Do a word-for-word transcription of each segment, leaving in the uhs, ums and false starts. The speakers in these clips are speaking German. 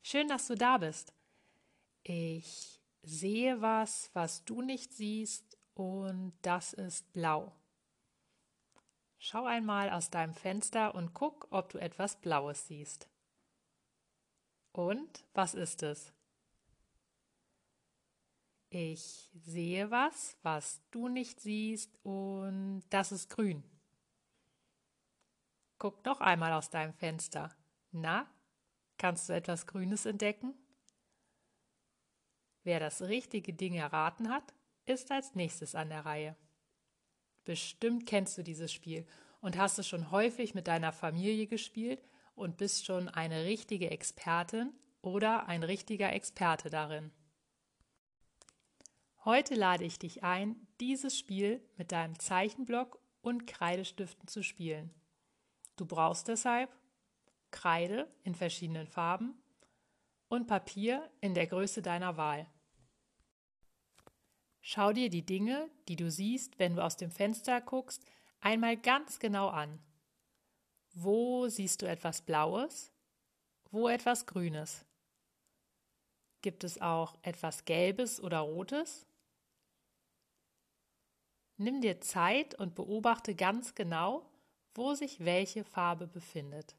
Schön, dass du da bist. Ich sehe was, was du nicht siehst, und das ist blau. Schau einmal aus deinem Fenster und guck, ob du etwas Blaues siehst. Und was ist es? Ich sehe was, was du nicht siehst, und das ist grün. Guck noch einmal aus deinem Fenster. Na, kannst du etwas Grünes entdecken? Wer das richtige Ding erraten hat, ist als nächstes an der Reihe. Bestimmt kennst du dieses Spiel und hast es schon häufig mit deiner Familie gespielt und bist schon eine richtige Expertin oder ein richtiger Experte darin. Heute lade ich dich ein, dieses Spiel mit deinem Zeichenblock und Kreidestiften zu spielen. Du brauchst deshalb Kreide in verschiedenen Farben und Papier in der Größe deiner Wahl. Schau dir die Dinge, die du siehst, wenn du aus dem Fenster guckst, einmal ganz genau an. Wo siehst du etwas Blaues? Wo etwas Grünes? Gibt es auch etwas Gelbes oder Rotes? Nimm dir Zeit und beobachte ganz genau, wo sich welche Farbe befindet.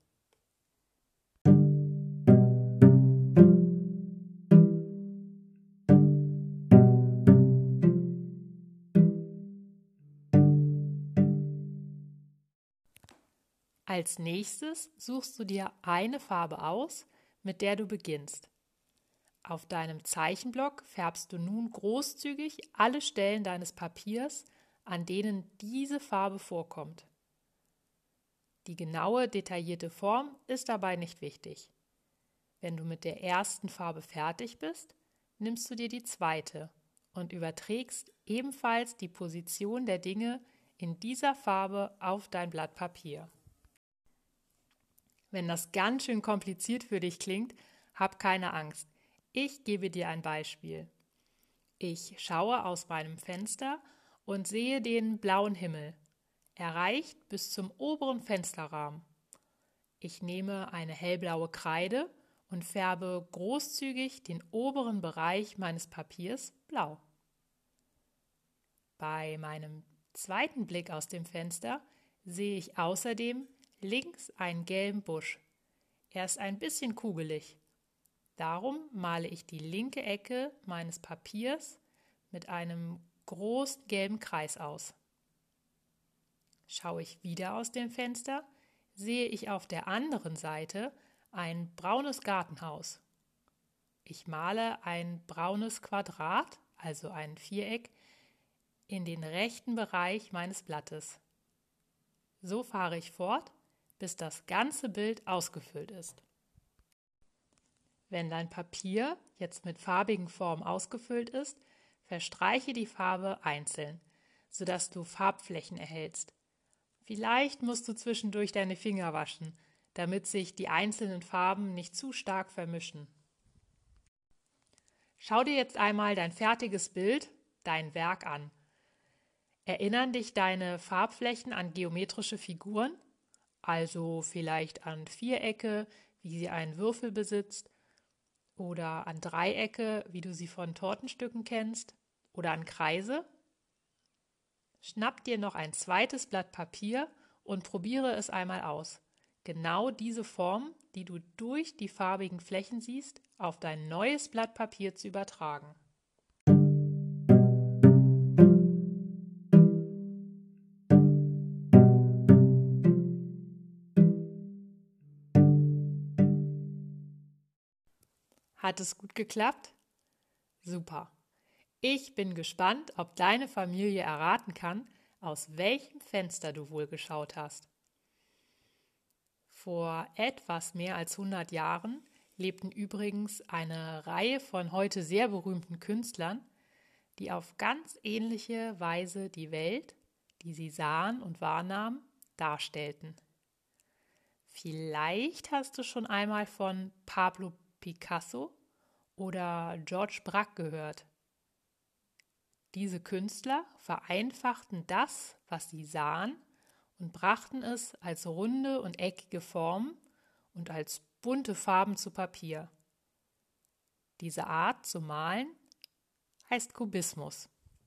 Als nächstes suchst du dir eine Farbe aus, mit der du beginnst. Auf deinem Zeichenblock färbst du nun großzügig alle Stellen deines Papiers, an denen diese Farbe vorkommt. Die genaue, detaillierte Form ist dabei nicht wichtig. Wenn du mit der ersten Farbe fertig bist, nimmst du dir die zweite und überträgst ebenfalls die Position der Dinge in dieser Farbe auf dein Blatt Papier. Wenn das ganz schön kompliziert für dich klingt, hab keine Angst. Ich gebe dir ein Beispiel. Ich schaue aus meinem Fenster und sehe den blauen Himmel. Er reicht bis zum oberen Fensterrahmen. Ich nehme eine hellblaue Kreide und färbe großzügig den oberen Bereich meines Papiers blau. Bei meinem zweiten Blick aus dem Fenster sehe ich außerdem links einen gelben Busch. Er ist ein bisschen kugelig. Darum male ich die linke Ecke meines Papiers mit einem großen gelben Kreis aus. Schaue ich wieder aus dem Fenster, sehe ich auf der anderen Seite ein braunes Gartenhaus. Ich male ein braunes Quadrat, also ein Viereck, in den rechten Bereich meines Blattes. So fahre ich fort, bis das ganze Bild ausgefüllt ist. Wenn dein Papier jetzt mit farbigen Formen ausgefüllt ist, verstreiche die Farbe einzeln, sodass du Farbflächen erhältst. Vielleicht musst du zwischendurch deine Finger waschen, damit sich die einzelnen Farben nicht zu stark vermischen. Schau dir jetzt einmal dein fertiges Bild, dein Werk an. Erinnern dich deine Farbflächen an geometrische Figuren, also vielleicht an Vierecke, wie sie einen Würfel besitzt, oder an Dreiecke, wie du sie von Tortenstücken kennst, oder an Kreise? Schnapp dir noch ein zweites Blatt Papier und probiere es einmal aus. Genau diese Form, die du durch die farbigen Flächen siehst, auf dein neues Blatt Papier zu übertragen. Hat es gut geklappt? Super. Ich bin gespannt, ob deine Familie erraten kann, aus welchem Fenster du wohl geschaut hast. Vor etwas mehr als hundert Jahren lebten übrigens eine Reihe von heute sehr berühmten Künstlern, die auf ganz ähnliche Weise die Welt, die sie sahen und wahrnahmen, darstellten. Vielleicht hast du schon einmal von Pablo Picasso oder George Braque gehört. Diese Künstler vereinfachten das, was sie sahen, und brachten es als runde und eckige Formen und als bunte Farben zu Papier. Diese Art zu malen heißt Kubismus.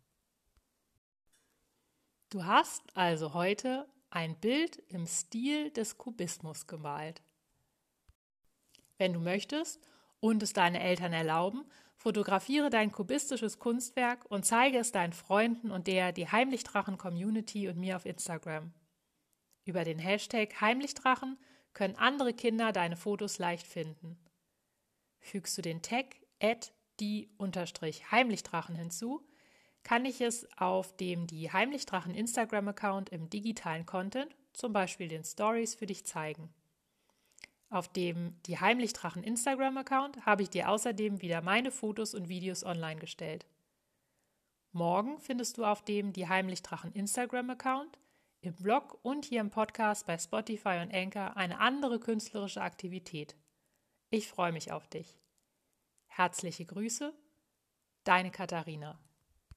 Du hast also heute ein Bild im Stil des Kubismus gemalt. Wenn du möchtest und es deine Eltern erlauben, fotografiere dein kubistisches Kunstwerk und zeige es deinen Freunden und der Die Heimlichdrachen-Community und mir auf Instagram. Über den Hashtag Heimlichdrachen können andere Kinder deine Fotos leicht finden. Fügst du den Tag at die Heimlichdrachen hinzu, kann ich es auf dem Die Heimlichdrachen Instagram-Account im digitalen Content, zum Beispiel den Stories, für dich zeigen. Auf dem Die Heimlichdrachen Instagram-Account habe ich dir außerdem wieder meine Fotos und Videos online gestellt. Morgen findest du auf dem Die Heimlichdrachen Instagram-Account, im Blog und hier im Podcast bei Spotify und Anchor eine andere künstlerische Aktivität. Ich freue mich auf dich. Herzliche Grüße, deine Katharina.